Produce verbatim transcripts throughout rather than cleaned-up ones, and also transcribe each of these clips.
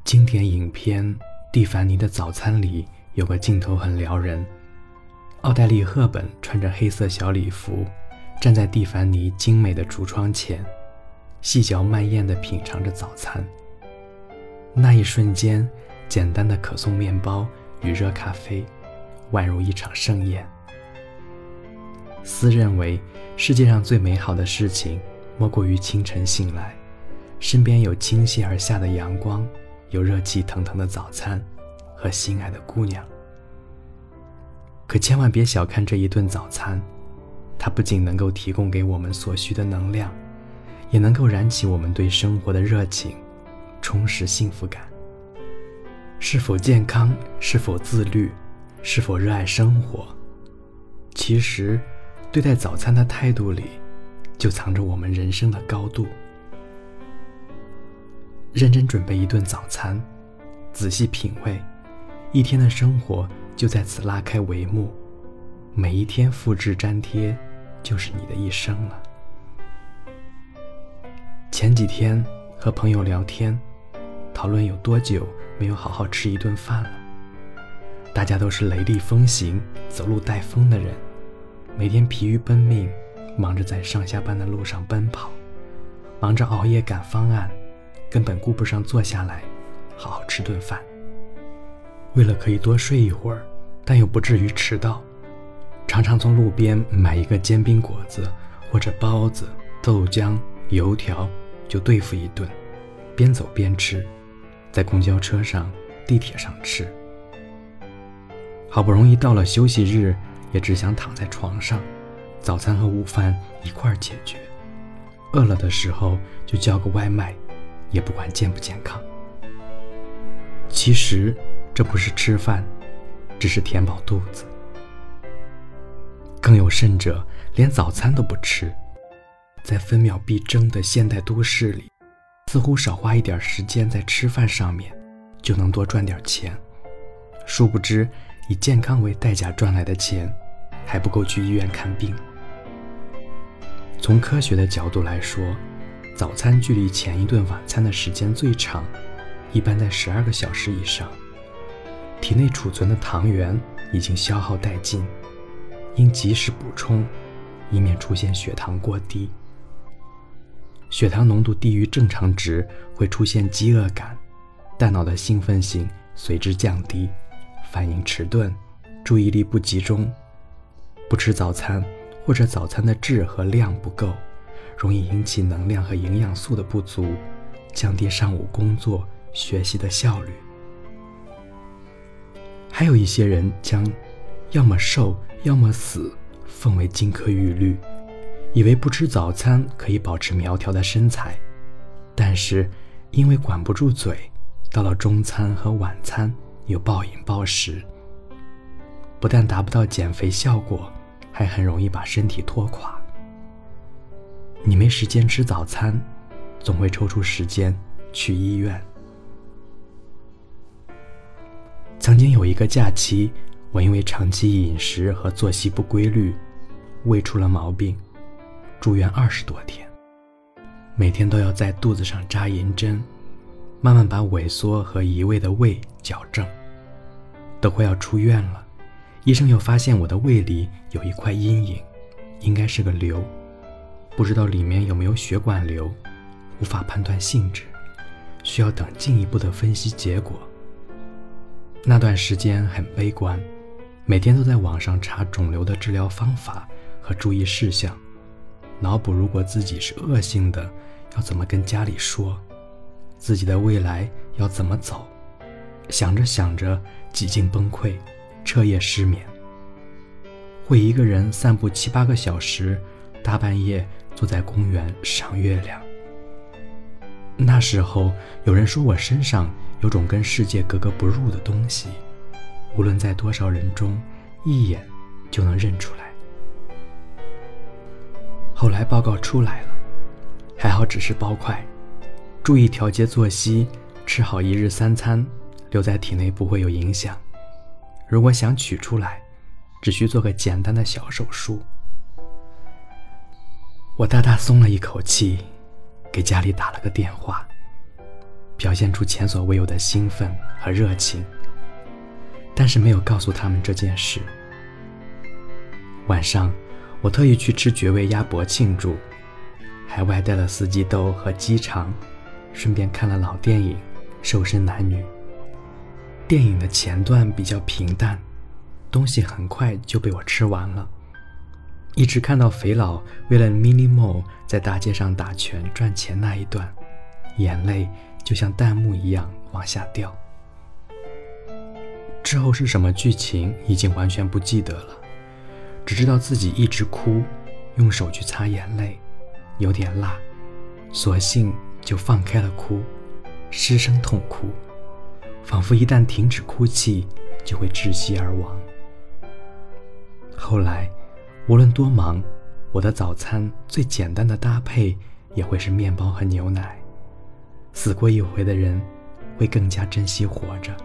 经典影片《蒂凡尼的早餐》里有个镜头很撩人，奥黛丽·赫本穿着黑色小礼服，站在蒂凡尼精美的橱窗前，细嚼慢咽地品尝着早餐。那一瞬间，简单的可颂面包与热咖啡宛如一场盛宴。斯认为世界上最美好的事情莫过于清晨醒来，身边有倾泻而下的阳光，有热气腾腾的早餐和心爱的姑娘。可千万别小看这一顿早餐，它不仅能够提供给我们所需的能量，也能够燃起我们对生活的热情，充实幸福感。是否健康，是否自律，是否热爱生活，其实对待早餐的态度里就藏着我们人生的高度。认真准备一顿早餐，仔细品味，一天的生活就在此拉开帷幕，每一天复制粘贴就是你的一生了。前几天和朋友聊天，讨论有多久没有好好吃一顿饭了。大家都是雷厉风行，走路带风的人，每天疲于奔命，忙着在上下班的路上奔跑，忙着熬夜赶方案，根本顾不上坐下来好好吃顿饭。为了可以多睡一会儿，但又不至于迟到，常常从路边买一个煎饼果子或者包子、豆浆、油条就对付一顿，边走边吃，在公交车上、地铁上吃。好不容易到了休息日，也只想躺在床上，早餐和午饭一块儿解决。饿了的时候就叫个外卖，也不管健不健康。其实这不是吃饭，只是填饱肚子。更有甚者，连早餐都不吃。在分秒必争的现代都市里，似乎少花一点时间在吃饭上面，就能多赚点钱。殊不知，以健康为代价赚来的钱，还不够去医院看病。从科学的角度来说，早餐距离前一顿晚餐的时间最长，一般在十二个小时以上。体内储存的糖原已经消耗殆尽，应及时补充，以免出现血糖过低。血糖浓度低于正常值会出现饥饿感，大脑的兴奋性随之降低，反应迟钝，注意力不集中。不吃早餐，或者早餐的质和量不够，容易引起能量和营养素的不足，降低上午工作、学习的效率。还有一些人将要么瘦，要么死奉为金科玉律，以为不吃早餐可以保持苗条的身材，但是因为管不住嘴，到了中餐和晚餐又暴饮暴食，不但达不到减肥效果，还很容易把身体拖垮。你没时间吃早餐，总会抽出时间去医院。曾经有一个假期，我因为长期饮食和作息不规律，胃出了毛病，住院二十多天，每天都要在肚子上扎银针，慢慢把萎缩和移位的胃矫正。都快要出院了，医生又发现我的胃里有一块阴影，应该是个瘤，不知道里面有没有血管瘤，无法判断性质，需要等进一步的分析结果。那段时间很悲观，每天都在网上查肿瘤的治疗方法和注意事项，脑补如果自己是恶性的，要怎么跟家里说，自己的未来要怎么走。想着想着几近崩溃，彻夜失眠，会一个人散步七八个小时，大半夜坐在公园赏月亮。那时候有人说我身上有种跟世界格格不入的东西，无论在多少人中，一眼就能认出来。后来报告出来了，还好只是包块，注意调节作息，吃好一日三餐，留在体内不会有影响。如果想取出来，只需做个简单的小手术。我大大松了一口气，给家里打了个电话。 表现出前所未有的兴奋和热情，但是没有告诉他们这件事。晚上，我特意去吃绝味鸭脖庆祝，还外带了四季豆和鸡肠，顺便看了老电影《瘦身男女》。电影的前段比较平淡，东西很快就被我吃完了，一直看到肥佬为了 Mini Mall 在大街上打拳赚钱那一段，眼泪就像弹幕一样往下掉。之后是什么剧情已经完全不记得了，只知道自己一直哭，用手去擦眼泪，有点辣，索性就放开了哭，失声痛哭，仿佛一旦停止哭泣就会窒息而亡。后来无论多忙，我的早餐最简单的搭配也会是面包和牛奶。死过一回的人会更加珍惜活着。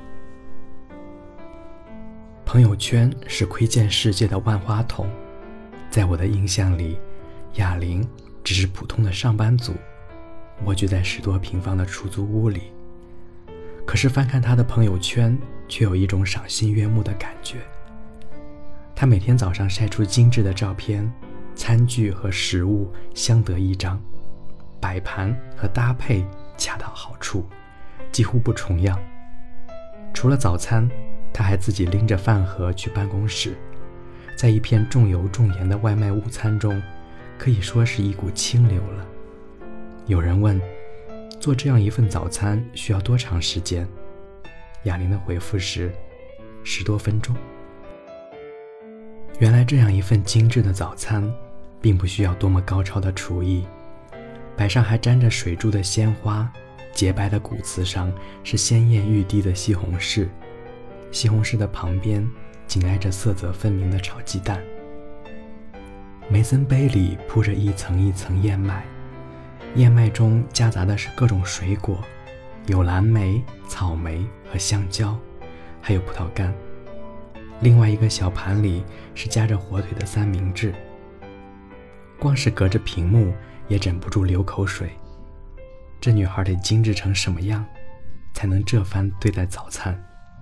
朋友圈是窥见世界的万花筒，在我的印象里，哑铃只是普通的上班族，蜗居在十多平方的出租屋里。可是翻看他的朋友圈，却有一种赏心悦目的感觉。他每天早上晒出精致的照片，餐具和食物相得益彰，摆盘和搭配恰到好处，几乎不重样。除了早餐，他还自己拎着饭盒去办公室，在一片重油重盐的外卖午餐中，可以说是一股清流了。有人问，做这样一份早餐需要多长时间？哑铃的回复是十多分钟。原来这样一份精致的早餐并不需要多么高超的厨艺，摆上还沾着水珠的鲜花，洁白的骨瓷上是鲜艳欲滴的西红柿，西红柿的旁边紧挨着色泽分明的炒鸡蛋。梅森杯里铺着一层一层燕麦，燕麦中夹杂的是各种水果，有蓝莓、草莓和香蕉，还有葡萄干。另外一个小盘里是夹着火腿的三明治。光是隔着屏幕也忍不住流口水，这女孩得精致成什么样，才能这番对待早餐？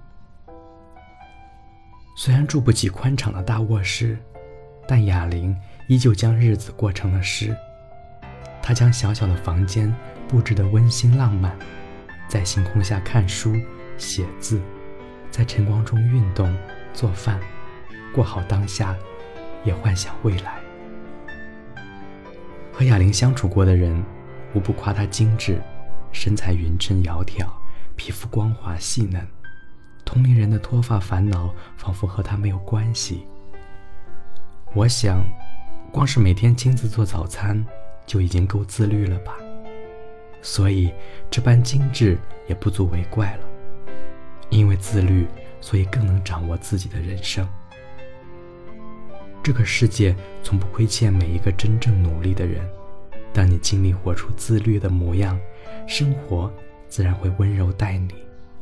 虽然住不起宽敞的大卧室，但哑铃依旧将日子过成了诗。她将小小的房间布置得温馨浪漫，在星空下看书、写字，在晨光中运动、做饭，过好当下，也幻想未来。和哑铃相处过的人，无不夸她精致，身材匀称窈窕，皮肤光滑细嫩。同龄人的脱发烦恼仿佛和她没有关系。我想，光是每天亲自做早餐就已经够自律了吧，所以这般精致也不足为怪了。因为自律，所以更能掌握自己的人生。这个世界从不亏欠每一个真正努力的人，当你尽力活出自律的模样，生活自然会温柔待你。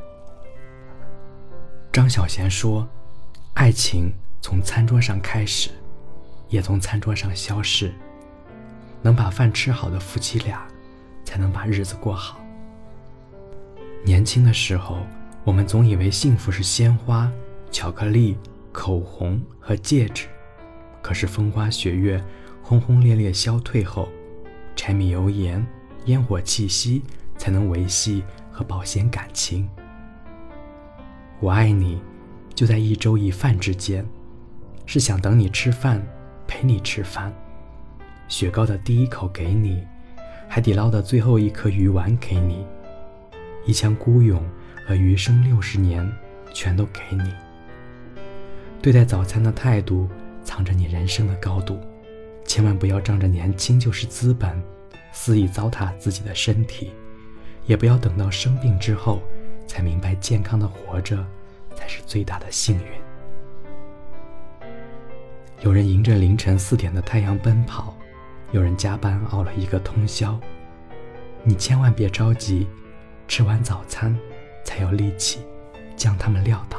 张小娴说，爱情从餐桌上开始，也从餐桌上消逝。能把饭吃好的夫妻俩，才能把日子过好。年轻的时候，我们总以为幸福是鲜花、巧克力、口红和戒指，可是风花雪月、轰轰烈烈消退后，柴米油盐、烟火气息才能维系和保鲜感情。我爱你，就在一粥一饭之间，是想等你吃饭，陪你吃饭。雪糕的第一口给你，海底捞的最后一颗鱼丸给你，一腔孤勇和余生六十年全都给你。对待早餐的态度藏着你人生的高度，千万不要仗着年轻就是资本，肆意糟蹋自己的身体，也不要等到生病之后才明白健康的活着才是最大的幸运。有人迎着凌晨四点的太阳奔跑，有人加班熬了一个通宵，你千万别着急，吃完早餐才有力气将他们撂倒。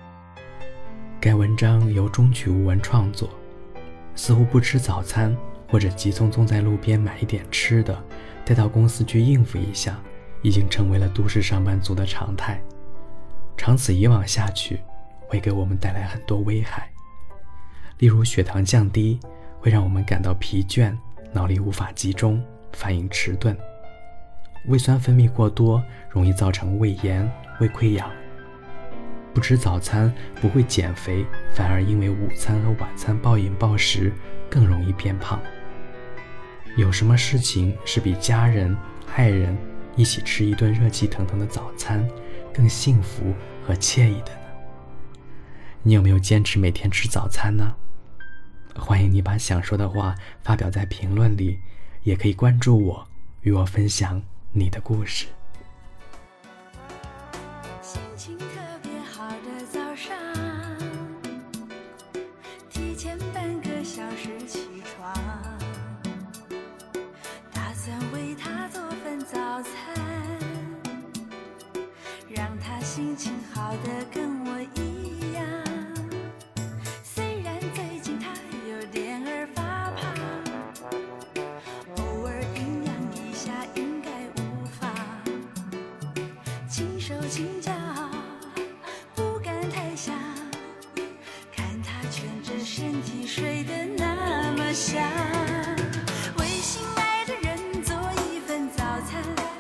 该文章由中曲无闻创作。似乎不吃早餐或或者急匆匆在路边买一点吃的，带到公司去应付一下，已经成为了都市上班族的常态。长此以往下去，会给我们带来很多危害。例如血糖降低，会让我们感到疲倦，脑力无法集中，反应迟钝；胃酸分泌过多，容易造成胃炎、胃溃疡。不吃早餐不会减肥，反而因为午餐和晚餐暴饮暴食，更容易变胖。有什么事情是比家人、爱人一起吃一顿热气腾腾的早餐更幸福和惬意的呢？你有没有坚持每天吃早餐呢？欢迎你把想说的话发表在评论里，也可以关注我，与我分享你的故事。 心情特别好的早上，提前半个小时起床，打算为他做份早餐，让他心情好的跟我一样。虽然最近他有点儿发胖，偶尔营养一下应该无妨，轻手轻脚不敢太想，看他蜷着身体睡得那么香，为心爱的人做一份早餐，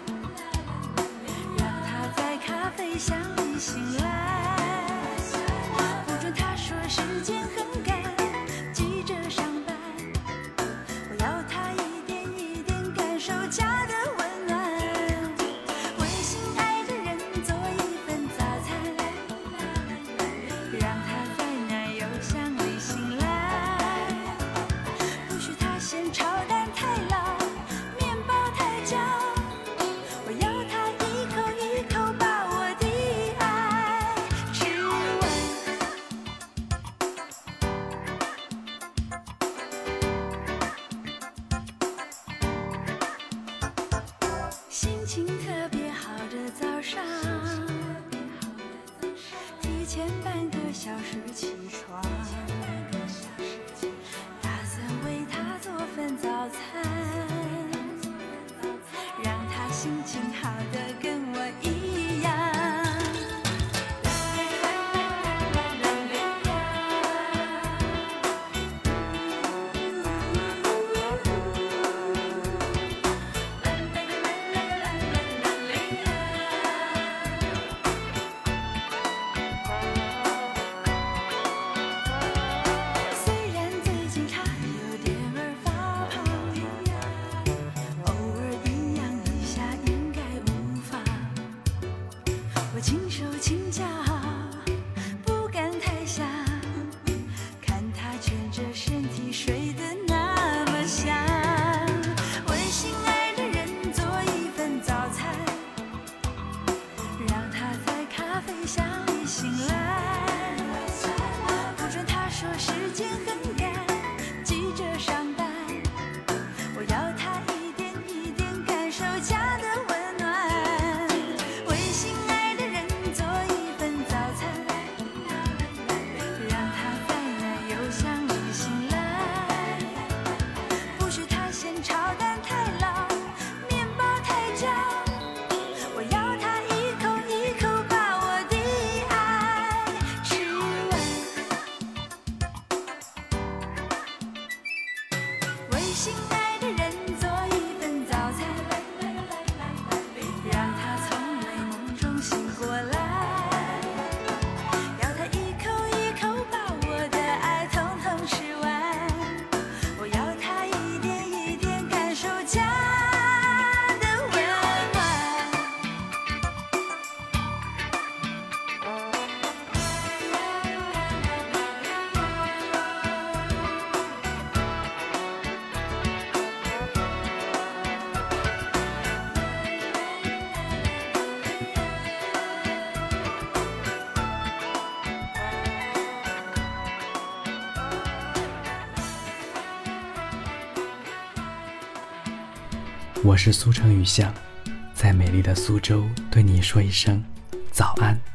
让他在咖啡香里醒来，不准他说时间很赶，急着上班，我要他一点一点感受家的温暖，为心爱的人做一份早餐，让他在奶油香里醒来，不许他嫌炒蛋太老，面包太焦，我要他一口一口把我的爱吃完。心情特别好的早上，提前半个小时起床，打算为他做份早餐，让他心情好的跟我一样。虽然最近他有点儿发胖，偶尔营养一下应该无妨，我轻手轻脚不敢太想，看他蜷着身体睡得那么香，为心爱的人做一份早餐，让他在咖啡香里醒来，不准他说时间很赶，急着上班，我要他一点一点感受家的温暖，为心爱的人做一份早餐，让他在奶油香里醒来，不许他嫌炒蛋太老，面包太焦，我要他一口一口把我的爱吃完，为心爱的人做一份早餐，让他从美梦中醒过来，要他一口一口把我的爱统统吃完，我要他一点一点感受家的温暖。 我是苏城雨巷，在美丽的苏州对你说一声早安。